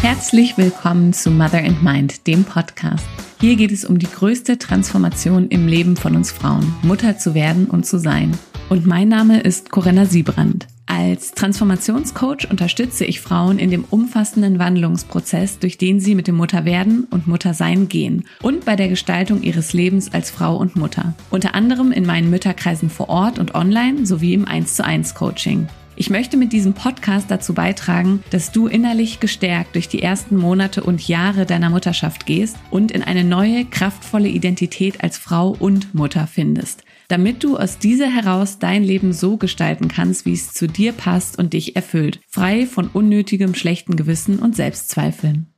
Herzlich willkommen zu Mother and Mind, dem Podcast. Hier geht es um die größte Transformation im Leben von uns Frauen, Mutter zu werden und zu sein. Und mein Name ist Corinna Siebrand. Als Transformationscoach unterstütze ich Frauen in dem umfassenden Wandlungsprozess, durch den sie mit dem Mutterwerden und Muttersein gehen und bei der Gestaltung ihres Lebens als Frau und Mutter. Unter anderem in meinen Mütterkreisen vor Ort und online sowie im 1:1 Coaching. Ich möchte mit diesem Podcast dazu beitragen, dass du innerlich gestärkt durch die ersten Monate und Jahre deiner Mutterschaft gehst und in eine neue, kraftvolle Identität als Frau und Mutter findest, damit du aus dieser heraus dein Leben so gestalten kannst, wie es zu dir passt und dich erfüllt, frei von unnötigem schlechten Gewissen und Selbstzweifeln.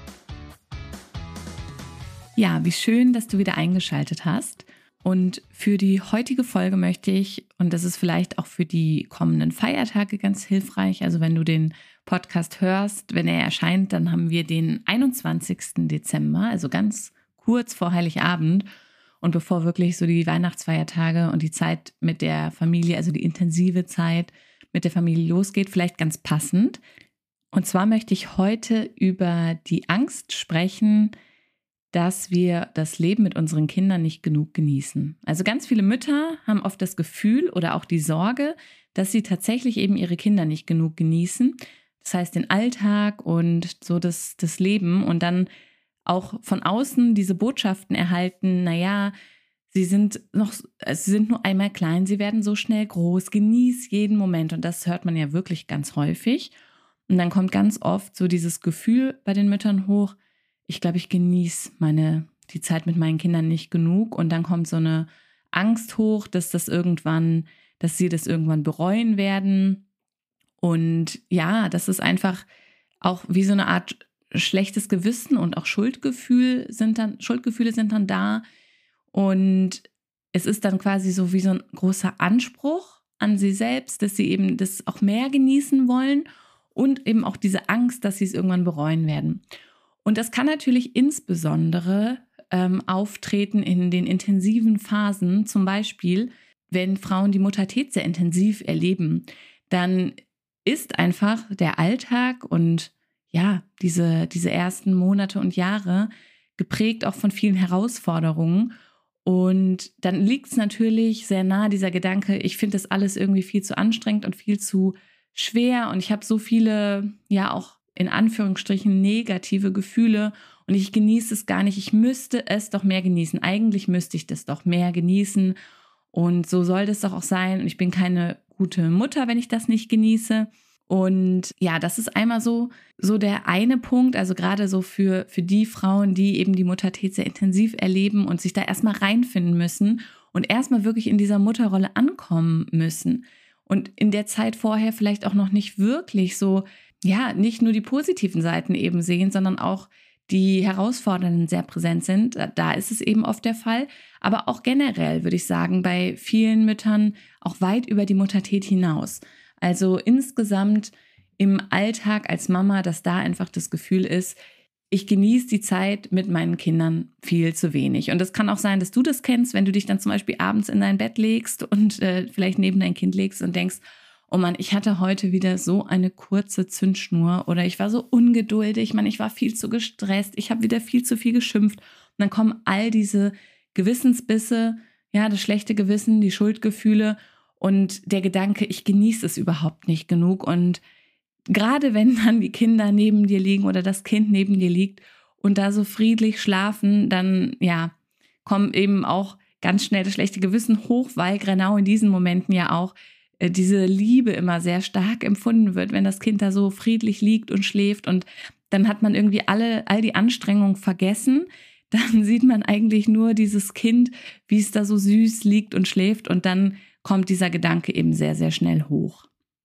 Ja, wie schön, dass du wieder eingeschaltet hast. Und für die heutige Folge möchte ich, und das ist vielleicht auch für die kommenden Feiertage ganz hilfreich, also wenn du den Podcast hörst, wenn er erscheint, dann haben wir den 21. Dezember, also ganz kurz vor Heiligabend und bevor wirklich so die Weihnachtsfeiertage und die Zeit mit der Familie, also die intensive Zeit mit der Familie losgeht, vielleicht ganz passend. Und zwar möchte ich heute über die Angst sprechen, dass wir das Leben mit unseren Kindern nicht genug genießen. Also ganz viele Mütter haben oft das Gefühl oder auch die Sorge, dass sie tatsächlich eben ihre Kinder nicht genug genießen. Das heißt den Alltag und so das Leben und dann auch von außen diese Botschaften erhalten, naja, sie sind nur einmal klein, sie werden so schnell groß, genieß jeden Moment. Und das hört man ja wirklich ganz häufig. Und dann kommt ganz oft so dieses Gefühl bei den Müttern hoch, ich glaube, ich genieße die Zeit mit meinen Kindern nicht genug und dann kommt so eine Angst hoch, dass sie das irgendwann bereuen werden. Und ja, das ist einfach auch wie so eine Art schlechtes Gewissen und auch Schuldgefühle sind dann da. Und es ist dann quasi so wie so ein großer Anspruch an sie selbst, dass sie eben das auch mehr genießen wollen und eben auch diese Angst, dass sie es irgendwann bereuen werden. Und das kann natürlich insbesondere auftreten in den intensiven Phasen, zum Beispiel, wenn Frauen die Muttertät sehr intensiv erleben, dann ist einfach der Alltag und ja, diese ersten Monate und Jahre geprägt auch von vielen Herausforderungen. Und dann liegt es natürlich sehr nah, dieser Gedanke, ich finde das alles irgendwie viel zu anstrengend und viel zu schwer und ich habe so viele, ja auch in Anführungsstrichen negative Gefühle und ich genieße es gar nicht. Ich müsste es doch mehr genießen. Eigentlich müsste ich das doch mehr genießen und so soll das doch auch sein. Und ich bin keine gute Mutter, wenn ich das nicht genieße. Und ja, das ist einmal so der eine Punkt, also gerade so für die Frauen, die eben die Muttertät sehr intensiv erleben und sich da erstmal reinfinden müssen und erstmal wirklich in dieser Mutterrolle ankommen müssen. Und in der Zeit vorher vielleicht auch noch nicht wirklich so, ja, nicht nur die positiven Seiten eben sehen, sondern auch die herausfordernden sehr präsent sind. Da ist es eben oft der Fall. Aber auch generell würde ich sagen, bei vielen Müttern auch weit über die Muttertät hinaus. Also insgesamt im Alltag als Mama, dass da einfach das Gefühl ist, ich genieße die Zeit mit meinen Kindern viel zu wenig. Und es kann auch sein, dass du das kennst, wenn du dich dann zum Beispiel abends in dein Bett legst und vielleicht neben dein Kind legst und denkst, oh Mann, ich hatte heute wieder so eine kurze Zündschnur oder ich war so ungeduldig, ich war viel zu gestresst, ich habe wieder viel zu viel geschimpft. Und dann kommen all diese Gewissensbisse, ja, das schlechte Gewissen, die Schuldgefühle und der Gedanke, ich genieße es überhaupt nicht genug. Und gerade wenn dann die Kinder neben dir liegen oder das Kind neben dir liegt und da so friedlich schlafen, dann ja, kommt eben auch ganz schnell das schlechte Gewissen hoch, weil genau in diesen Momenten ja auch diese Liebe immer sehr stark empfunden wird, wenn das Kind da so friedlich liegt und schläft und dann hat man irgendwie all die Anstrengung vergessen. Dann sieht man eigentlich nur dieses Kind, wie es da so süß liegt und schläft und dann kommt dieser Gedanke eben sehr, sehr schnell hoch.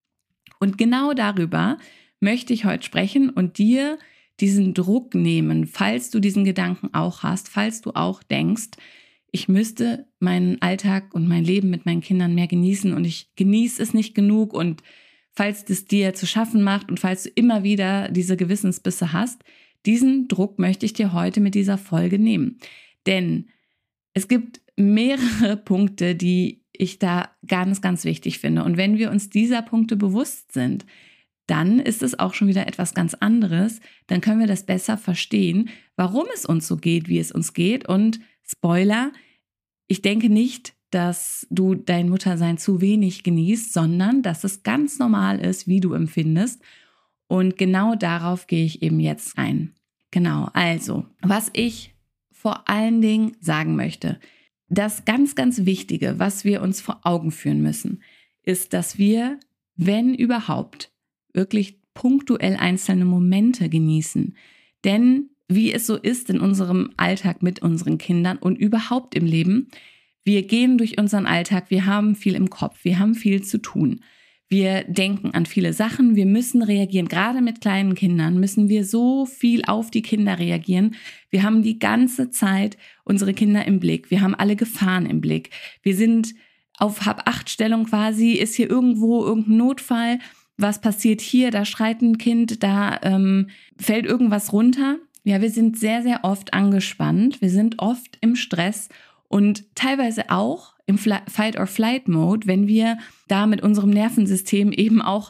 Und genau darüber möchte ich heute sprechen und dir diesen Druck nehmen, falls du diesen Gedanken auch hast, falls du auch denkst, ich müsste meinen Alltag und mein Leben mit meinen Kindern mehr genießen und ich genieße es nicht genug. Und falls das dir zu schaffen macht und falls du immer wieder diese Gewissensbisse hast, diesen Druck möchte ich dir heute mit dieser Folge nehmen. Denn es gibt mehrere Punkte, die ich da ganz, ganz wichtig finde. Und wenn wir uns dieser Punkte bewusst sind, dann ist es auch schon wieder etwas ganz anderes. Dann können wir das besser verstehen, warum es uns so geht, wie es uns geht. Und Spoiler, ich denke nicht, dass du dein Muttersein zu wenig genießt, sondern dass es ganz normal ist, wie du empfindest. Und genau darauf gehe ich eben jetzt ein. Genau, also, was ich vor allen Dingen sagen möchte, das ganz, ganz Wichtige, was wir uns vor Augen führen müssen, ist, dass wir, wenn überhaupt, wirklich punktuell einzelne Momente genießen. Denn wie es so ist in unserem Alltag mit unseren Kindern und überhaupt im Leben, wir gehen durch unseren Alltag, wir haben viel im Kopf, wir haben viel zu tun. Wir denken an viele Sachen, wir müssen reagieren. Gerade mit kleinen Kindern müssen wir so viel auf die Kinder reagieren. Wir haben die ganze Zeit unsere Kinder im Blick. Wir haben alle Gefahren im Blick. Wir sind auf Hab-Acht-Stellung quasi, ist hier irgendwo irgendein Notfall. Was passiert hier? Da schreit ein Kind, da fällt irgendwas runter. Ja, wir sind sehr, sehr oft angespannt. Wir sind oft im Stress und teilweise auch im Fight-or-Flight-Mode, wenn wir da mit unserem Nervensystem eben auch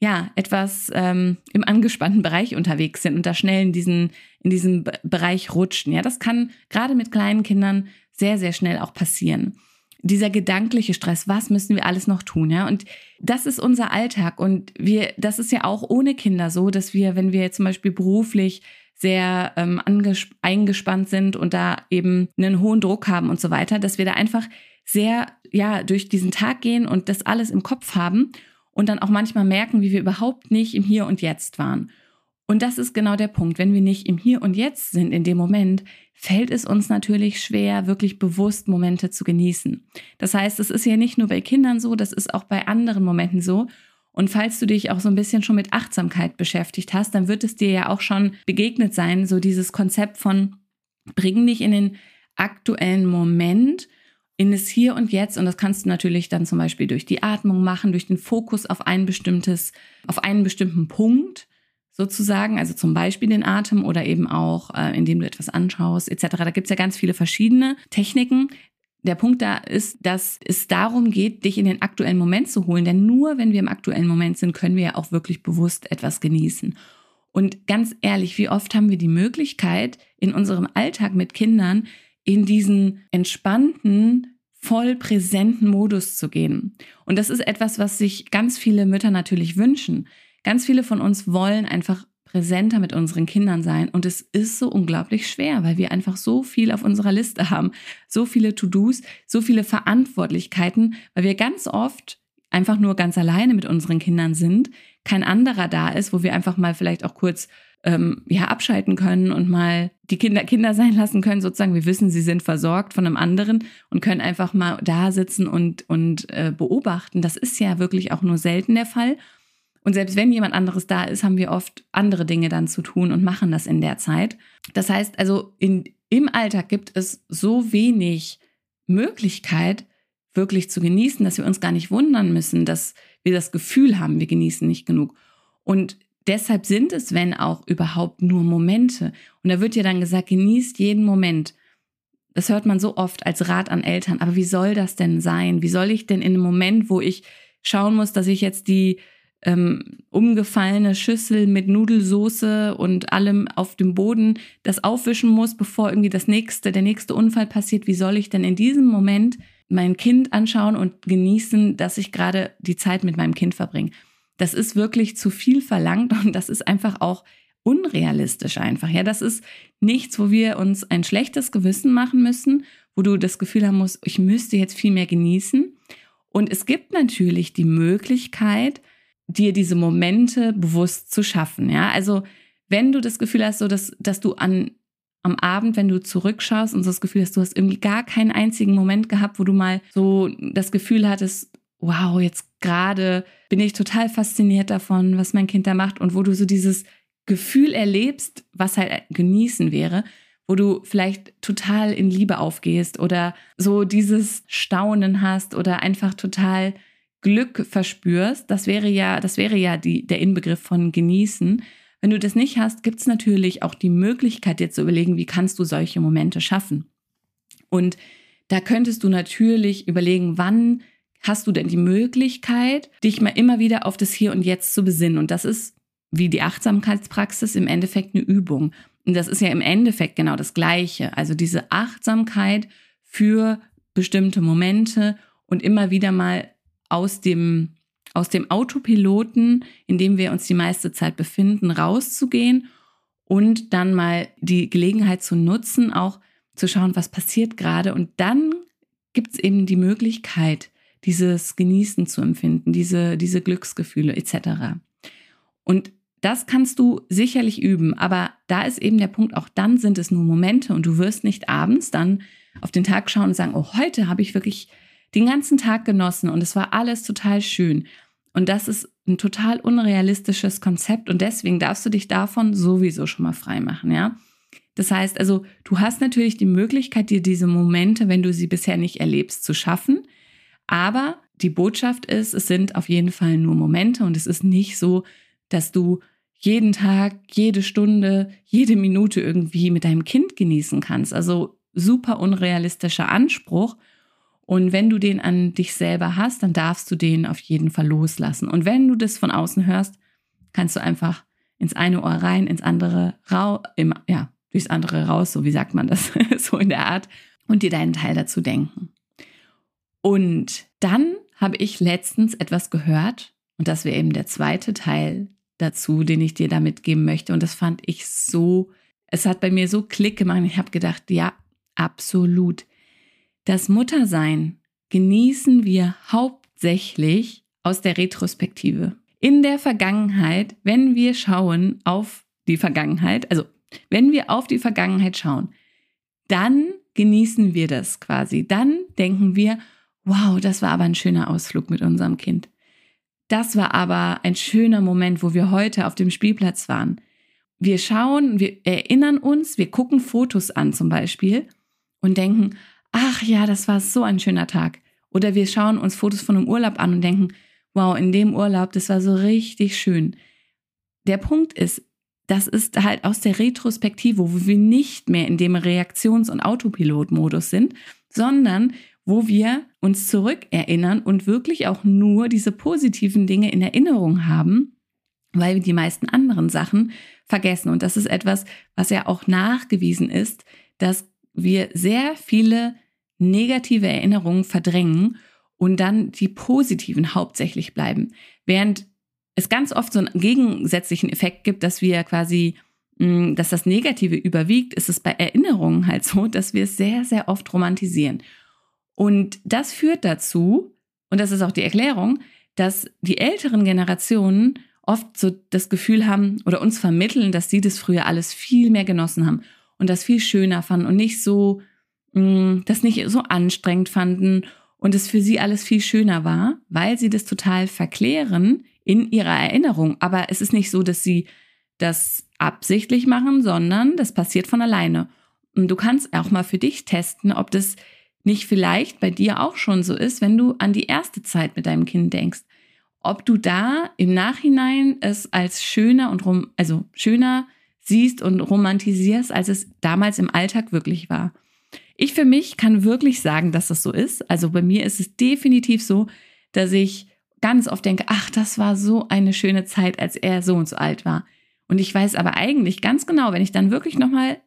etwas im angespannten Bereich unterwegs sind und da schnell in diesen Bereich rutschen. Ja, das kann gerade mit kleinen Kindern sehr, sehr schnell auch passieren. Dieser gedankliche Stress, was müssen wir alles noch tun, ja? Und das ist unser Alltag und das ist ja auch ohne Kinder so, dass wir, wenn wir zum Beispiel beruflich sehr eingespannt sind und da eben einen hohen Druck haben und so weiter, dass wir da einfach sehr, durch diesen Tag gehen und das alles im Kopf haben und dann auch manchmal merken, wie wir überhaupt nicht im Hier und Jetzt waren. Und das ist genau der Punkt. Wenn wir nicht im Hier und Jetzt sind in dem Moment, fällt es uns natürlich schwer, wirklich bewusst Momente zu genießen. Das heißt, es ist ja nicht nur bei Kindern so, das ist auch bei anderen Momenten so. Und falls du dich auch so ein bisschen schon mit Achtsamkeit beschäftigt hast, dann wird es dir ja auch schon begegnet sein, so dieses Konzept von bring dich in den aktuellen Moment, in das Hier und Jetzt. Und das kannst du natürlich dann zum Beispiel durch die Atmung machen, durch den Fokus auf einen bestimmten Punkt sozusagen, also zum Beispiel den Atem oder eben auch, indem du etwas anschaust etc. Da gibt es ja ganz viele verschiedene Techniken. Der Punkt da ist, dass es darum geht, dich in den aktuellen Moment zu holen. Denn nur wenn wir im aktuellen Moment sind, können wir ja auch wirklich bewusst etwas genießen. Und ganz ehrlich, wie oft haben wir die Möglichkeit, in unserem Alltag mit Kindern in diesen entspannten, voll präsenten Modus zu gehen. Und das ist etwas, was sich ganz viele Mütter natürlich wünschen. Ganz viele von uns wollen einfach präsenter mit unseren Kindern sein. Und es ist so unglaublich schwer, weil wir einfach so viel auf unserer Liste haben. So viele To-Dos, so viele Verantwortlichkeiten, weil wir ganz oft einfach nur ganz alleine mit unseren Kindern sind. Kein anderer da ist, wo wir einfach mal vielleicht auch kurz abschalten können und mal die Kinder sein lassen können. Sozusagen, wir wissen, sie sind versorgt von einem anderen und können einfach mal da sitzen und beobachten. Das ist ja wirklich auch nur selten der Fall. Und selbst wenn jemand anderes da ist, haben wir oft andere Dinge dann zu tun und machen das in der Zeit. Das heißt also, im Alltag gibt es so wenig Möglichkeit, wirklich zu genießen, dass wir uns gar nicht wundern müssen, dass wir das Gefühl haben, wir genießen nicht genug. Und deshalb sind es, wenn auch überhaupt, nur Momente. Und da wird ja dann gesagt, genießt jeden Moment. Das hört man so oft als Rat an Eltern. Aber wie soll das denn sein? Wie soll ich denn in einem Moment, wo ich schauen muss, dass ich jetzt die umgefallene Schüssel mit Nudelsoße und allem auf dem Boden das aufwischen muss, bevor irgendwie der nächste Unfall passiert, wie soll ich denn in diesem Moment mein Kind anschauen und genießen, dass ich gerade die Zeit mit meinem Kind verbringe? Das ist wirklich zu viel verlangt und das ist einfach auch unrealistisch einfach. Ja, das ist nichts, wo wir uns ein schlechtes Gewissen machen müssen, wo du das Gefühl haben musst, ich müsste jetzt viel mehr genießen. Und es gibt natürlich die Möglichkeit, dir diese Momente bewusst zu schaffen. Ja, also wenn du das Gefühl hast, so dass du am Abend, wenn du zurückschaust und so das Gefühl hast, du hast irgendwie gar keinen einzigen Moment gehabt, wo du mal so das Gefühl hattest, wow, jetzt gerade bin ich total fasziniert davon, was mein Kind da macht und wo du so dieses Gefühl erlebst, was halt genießen wäre, wo du vielleicht total in Liebe aufgehst oder so dieses Staunen hast oder einfach total Glück verspürst, das wäre ja der Inbegriff von genießen. Wenn du das nicht hast, gibt es natürlich auch die Möglichkeit, dir zu überlegen, wie kannst du solche Momente schaffen. Und da könntest du natürlich überlegen, wann hast du denn die Möglichkeit, dich mal immer wieder auf das Hier und Jetzt zu besinnen. Und das ist wie die Achtsamkeitspraxis im Endeffekt eine Übung. Und das ist ja im Endeffekt genau das Gleiche. Also diese Achtsamkeit für bestimmte Momente und immer wieder mal aus dem Autopiloten, in dem wir uns die meiste Zeit befinden, rauszugehen und dann mal die Gelegenheit zu nutzen, auch zu schauen, was passiert gerade. Und dann gibt es eben die Möglichkeit, dieses Genießen zu empfinden, diese Glücksgefühle etc. Und das kannst du sicherlich üben, aber da ist eben der Punkt, auch dann sind es nur Momente und du wirst nicht abends dann auf den Tag schauen und sagen, oh, heute habe ich wirklich den ganzen Tag genossen und es war alles total schön. Und das ist ein total unrealistisches Konzept und deswegen darfst du dich davon sowieso schon mal frei machen, ja. Das heißt also, du hast natürlich die Möglichkeit, dir diese Momente, wenn du sie bisher nicht erlebst, zu schaffen, aber die Botschaft ist, es sind auf jeden Fall nur Momente und es ist nicht so, dass du jeden Tag, jede Stunde, jede Minute irgendwie mit deinem Kind genießen kannst. Also super unrealistischer Anspruch. Und wenn du den an dich selber hast, dann darfst du den auf jeden Fall loslassen. Und wenn du das von außen hörst, kannst du einfach ins eine Ohr rein, ins andere raus, durchs andere raus, so wie sagt man das, so in der Art, und dir deinen Teil dazu denken. Und dann habe ich letztens etwas gehört, und das wäre eben der zweite Teil dazu, den ich dir da mitgeben möchte. Und das fand ich so, es hat bei mir so Klick gemacht. Ich habe gedacht, ja, absolut. Das Muttersein genießen wir hauptsächlich aus der Retrospektive. In der Vergangenheit, wenn wir schauen auf die Vergangenheit, also wenn wir auf die Vergangenheit schauen, dann genießen wir das quasi. Dann denken wir, wow, das war aber ein schöner Ausflug mit unserem Kind. Das war aber ein schöner Moment, wo wir heute auf dem Spielplatz waren. Wir schauen, wir erinnern uns, wir gucken Fotos an zum Beispiel und denken, ach ja, das war so ein schöner Tag. Oder wir schauen uns Fotos von einem Urlaub an und denken, wow, in dem Urlaub, das war so richtig schön. Der Punkt ist, das ist halt aus der Retrospektive, wo wir nicht mehr in dem Reaktions- und Autopilot-Modus sind, sondern wo wir uns zurückerinnern und wirklich auch nur diese positiven Dinge in Erinnerung haben, weil wir die meisten anderen Sachen vergessen. Und das ist etwas, was ja auch nachgewiesen ist, dass wir sehr viele negative Erinnerungen verdrängen und dann die positiven hauptsächlich bleiben. Während es ganz oft so einen gegensätzlichen Effekt gibt, dass wir quasi, dass das Negative überwiegt, ist es bei Erinnerungen halt so, dass wir es sehr, sehr oft romantisieren. Und das führt dazu, und das ist auch die Erklärung, dass die älteren Generationen oft so das Gefühl haben oder uns vermitteln, dass sie das früher alles viel mehr genossen haben und das viel schöner fanden und nicht so, das nicht so anstrengend fanden und es für sie alles viel schöner war, weil sie das total verklären in ihrer Erinnerung. Aber es ist nicht so, dass sie das absichtlich machen, sondern das passiert von alleine. Und du kannst auch mal für dich testen, ob das nicht vielleicht bei dir auch schon so ist, wenn du an die erste Zeit mit deinem Kind denkst. Ob du da im Nachhinein es als schöner schöner siehst und romantisierst, als es damals im Alltag wirklich war. Ich für mich kann wirklich sagen, dass das so ist. Also bei mir ist es definitiv so, dass ich ganz oft denke, ach, das war so eine schöne Zeit, als er so und so alt war. Und ich weiß aber eigentlich ganz genau, wenn ich dann wirklich nochmal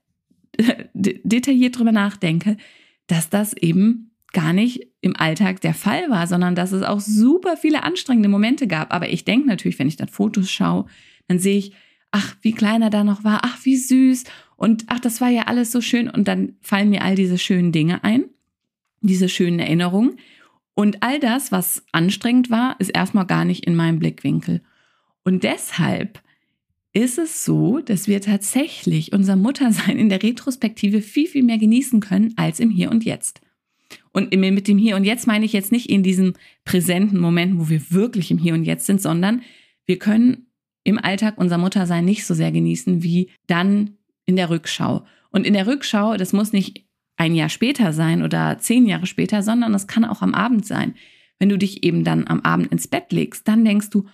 detailliert drüber nachdenke, dass das eben gar nicht im Alltag der Fall war, sondern dass es auch super viele anstrengende Momente gab. Aber ich denke natürlich, wenn ich dann Fotos schaue, dann sehe ich, ach, wie klein er da noch war, ach, wie süß und ach, das war ja alles so schön. Und dann fallen mir all diese schönen Dinge ein, diese schönen Erinnerungen. Und all das, was anstrengend war, ist erstmal gar nicht in meinem Blickwinkel. Und deshalb ist es so, dass wir tatsächlich unser Muttersein in der Retrospektive viel, viel mehr genießen können als im Hier und Jetzt. Und mit dem Hier und Jetzt meine ich jetzt nicht in diesen präsenten Momenten, wo wir wirklich im Hier und Jetzt sind, sondern wir können im Alltag unser Muttersein nicht so sehr genießen wie dann in der Rückschau. Und in der Rückschau, das muss nicht ein Jahr später sein oder 10 Jahre später, sondern das kann auch am Abend sein. Wenn du dich eben dann am Abend ins Bett legst, dann denkst du,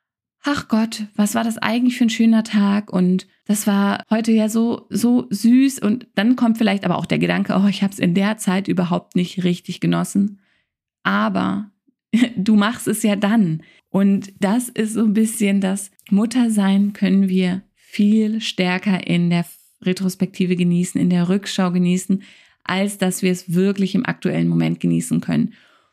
ach Gott, was war das eigentlich für ein schöner Tag und das war heute ja so süß und dann kommt vielleicht aber auch der Gedanke, oh, ich habe es in der Zeit überhaupt nicht richtig genossen. Aber du machst es ja dann. Und das ist so ein bisschen das Muttersein können wir viel stärker in der Retrospektive genießen, in der Rückschau genießen, als dass wir es wirklich im aktuellen Moment genießen können.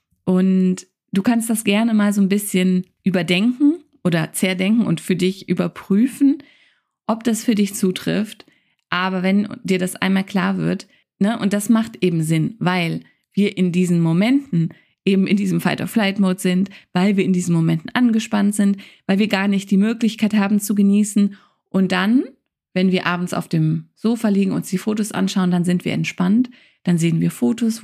Und du kannst das gerne mal so ein bisschen überdenken oder zerdenken und für dich überprüfen, ob das für dich zutrifft. Aber wenn dir das einmal klar wird, ne, und das macht eben Sinn, weil wir in diesen Momenten eben in diesem Fight-or-Flight-Mode sind, weil wir in diesen Momenten angespannt sind, weil wir gar nicht die Möglichkeit haben zu genießen. Und dann, wenn wir abends auf dem Sofa liegen und uns die Fotos anschauen, dann sind wir entspannt. Dann sehen wir Fotos,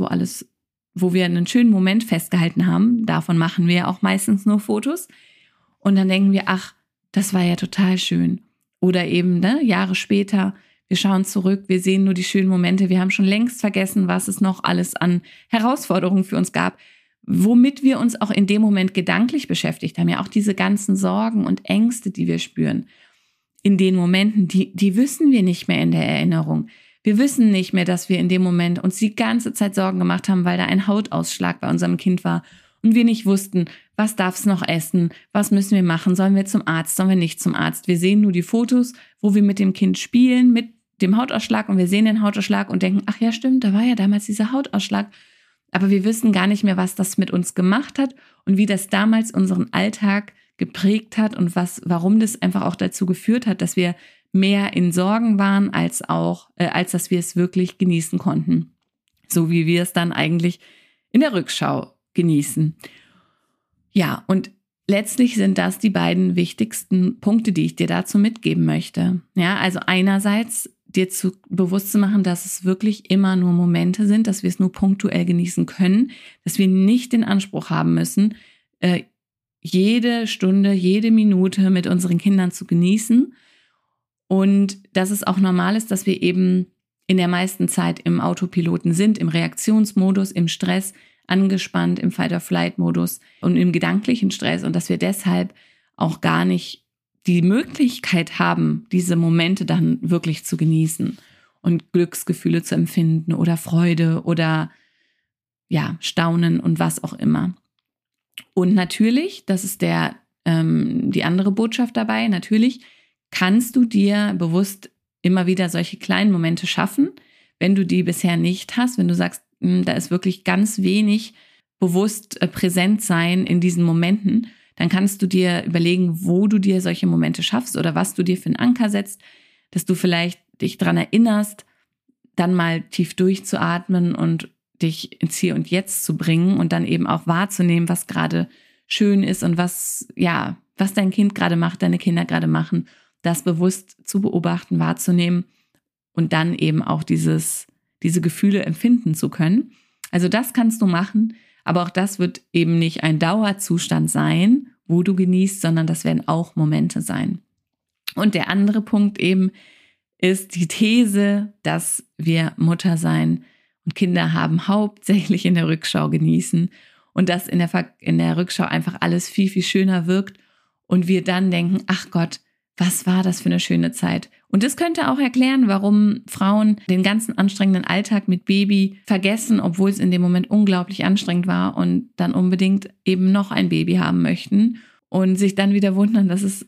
wo wir einen schönen Moment festgehalten haben. Davon machen wir auch meistens nur Fotos. Und dann denken wir, ach, das war ja total schön. Oder eben, ne, Jahre später, wir schauen zurück, wir sehen nur die schönen Momente. Wir haben schon längst vergessen, was es noch alles an Herausforderungen für uns gab, womit wir uns auch in dem Moment gedanklich beschäftigt haben. Ja, auch diese ganzen Sorgen und Ängste, die wir spüren. In den Momenten, die wissen wir nicht mehr in der Erinnerung. Wir wissen nicht mehr, dass wir in dem Moment uns die ganze Zeit Sorgen gemacht haben, weil da ein Hautausschlag bei unserem Kind war und wir nicht wussten, was darf es noch essen, was müssen wir machen, sollen wir zum Arzt, sollen wir nicht zum Arzt. Wir sehen nur die Fotos, wo wir mit dem Kind spielen, mit dem Hautausschlag und wir sehen den Hautausschlag und denken, ach ja stimmt, da war ja damals dieser Hautausschlag. Aber wir wissen gar nicht mehr, was das mit uns gemacht hat und wie das damals unseren Alltag geprägt hat und warum das einfach auch dazu geführt hat, dass wir mehr in Sorgen waren, als dass wir es wirklich genießen konnten. So wie wir es dann eigentlich in der Rückschau genießen. Ja, und letztlich sind das die beiden wichtigsten Punkte, die ich dir dazu mitgeben möchte. Ja, also einerseits dir bewusst zu machen, dass es wirklich immer nur Momente sind, dass wir es nur punktuell genießen können, dass wir nicht den Anspruch haben müssen, jede Stunde, jede Minute mit unseren Kindern zu genießen und dass es auch normal ist, dass wir eben in der meisten Zeit im Autopiloten sind, im Reaktionsmodus, im Stress, angespannt, im Fight-or-Flight-Modus und im gedanklichen Stress und dass wir deshalb auch gar nicht die Möglichkeit haben, diese Momente dann wirklich zu genießen und Glücksgefühle zu empfinden oder Freude oder ja, Staunen und was auch immer. Und natürlich, das ist die andere Botschaft dabei, natürlich kannst du dir bewusst immer wieder solche kleinen Momente schaffen, wenn du die bisher nicht hast, wenn du sagst, da ist wirklich ganz wenig bewusst präsent sein in diesen Momenten, dann kannst du dir überlegen, wo du dir solche Momente schaffst oder was du dir für einen Anker setzt, dass du vielleicht dich daran erinnerst, dann mal tief durchzuatmen und dich ins Hier und Jetzt zu bringen und dann eben auch wahrzunehmen, was gerade schön ist und was dein Kind gerade macht, deine Kinder gerade machen, das bewusst zu beobachten, wahrzunehmen und dann eben auch diese Gefühle empfinden zu können. Also das kannst du machen, aber auch das wird eben nicht ein Dauerzustand sein, wo du genießt, sondern das werden auch Momente sein. Und der andere Punkt eben ist die These, dass wir Mutter sein und Kinder haben hauptsächlich in der Rückschau genießen und dass in der Rückschau einfach alles viel, viel schöner wirkt und wir dann denken, ach Gott, was war das für eine schöne Zeit? Und das könnte auch erklären, warum Frauen den ganzen anstrengenden Alltag mit Baby vergessen, obwohl es in dem Moment unglaublich anstrengend war und dann unbedingt eben noch ein Baby haben möchten und sich dann wieder wundern, dass es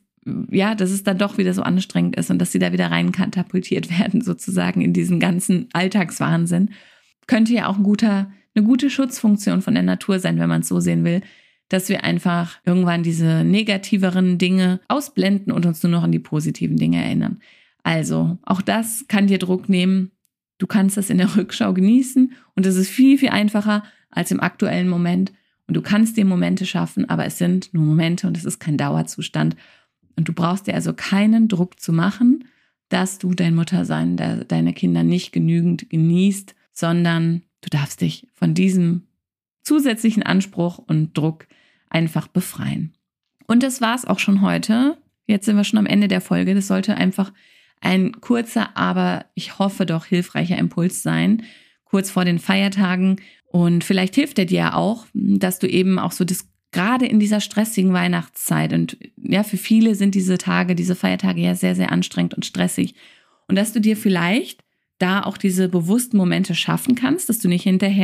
dann doch wieder so anstrengend ist und dass sie da wieder rein katapultiert werden, sozusagen in diesen ganzen Alltagswahnsinn. Könnte ja auch eine gute Schutzfunktion von der Natur sein, wenn man es so sehen will, dass wir einfach irgendwann diese negativeren Dinge ausblenden und uns nur noch an die positiven Dinge erinnern. Also, auch das kann dir Druck nehmen. Du kannst das in der Rückschau genießen und es ist viel, viel einfacher als im aktuellen Moment. Und du kannst dir Momente schaffen, aber es sind nur Momente und es ist kein Dauerzustand. Und du brauchst dir also keinen Druck zu machen, dass du dein Muttersein, deine Kinder nicht genügend genießt, sondern du darfst dich von diesem zusätzlichen Anspruch und Druck einfach befreien. Und das war's auch schon heute. Jetzt sind wir schon am Ende der Folge. Das sollte einfach ein kurzer, aber ich hoffe doch hilfreicher Impuls sein, kurz vor den Feiertagen. Und vielleicht hilft er dir auch, dass du eben auch so das gerade in dieser stressigen Weihnachtszeit und ja, für viele sind diese Feiertage ja sehr, sehr anstrengend und stressig. Und dass du dir vielleicht da auch diese bewussten Momente schaffen kannst, dass du nicht hinterher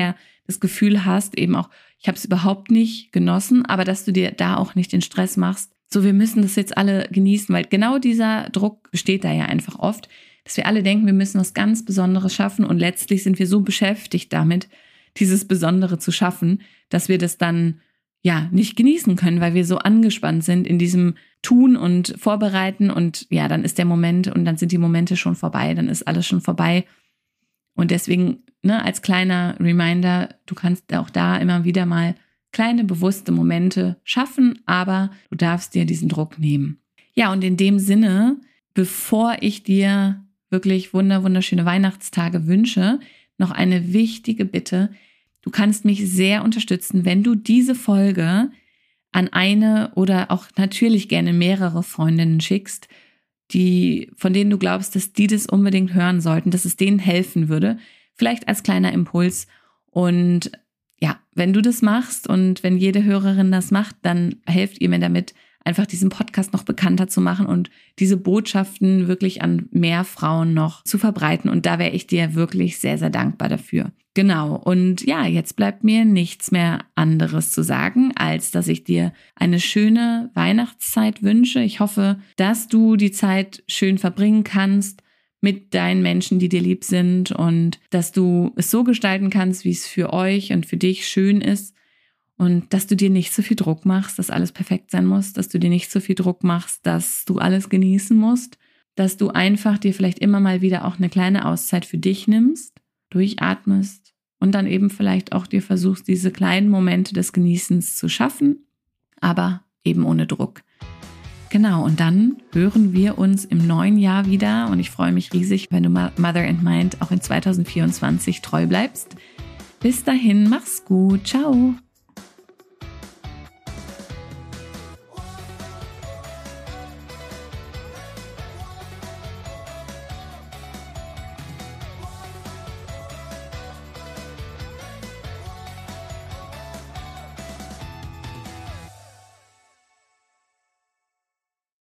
das Gefühl hast, eben auch, ich habe es überhaupt nicht genossen, aber dass du dir da auch nicht den Stress machst, so wir müssen das jetzt alle genießen, weil genau dieser Druck besteht da ja einfach oft, dass wir alle denken, wir müssen was ganz Besonderes schaffen und letztlich sind wir so beschäftigt damit, dieses Besondere zu schaffen, dass wir das dann ja nicht genießen können, weil wir so angespannt sind in diesem Tun und Vorbereiten und ja, dann ist der Moment und dann sind die Momente schon vorbei, dann ist alles schon vorbei und deswegen, als kleiner Reminder, du kannst auch da immer wieder mal kleine bewusste Momente schaffen, aber du darfst dir diesen Druck nehmen. Ja, und in dem Sinne, bevor ich dir wirklich wunderschöne Weihnachtstage wünsche, noch eine wichtige Bitte. Du kannst mich sehr unterstützen, wenn du diese Folge an eine oder auch natürlich gerne mehrere Freundinnen schickst, von denen du glaubst, dass die das unbedingt hören sollten, dass es denen helfen würde. Vielleicht als kleiner Impuls. Und ja, wenn du das machst und wenn jede Hörerin das macht, dann helft ihr mir damit, einfach diesen Podcast noch bekannter zu machen und diese Botschaften wirklich an mehr Frauen noch zu verbreiten. Und da wäre ich dir wirklich sehr, sehr dankbar dafür. Genau. Und ja, jetzt bleibt mir nichts mehr anderes zu sagen, als dass ich dir eine schöne Weihnachtszeit wünsche. Ich hoffe, dass du die Zeit schön verbringen kannst mit deinen Menschen, die dir lieb sind und dass du es so gestalten kannst, wie es für euch und für dich schön ist. Und dass du dir nicht so viel Druck machst, dass alles perfekt sein muss, dass du dir nicht so viel Druck machst, dass du alles genießen musst, dass du einfach dir vielleicht immer mal wieder auch eine kleine Auszeit für dich nimmst, durchatmest und dann eben vielleicht auch dir versuchst, diese kleinen Momente des Genießens zu schaffen, aber eben ohne Druck. Genau, und dann hören wir uns im neuen Jahr wieder und ich freue mich riesig, wenn du Mother and Mind auch in 2024 treu bleibst. Bis dahin, mach's gut, ciao!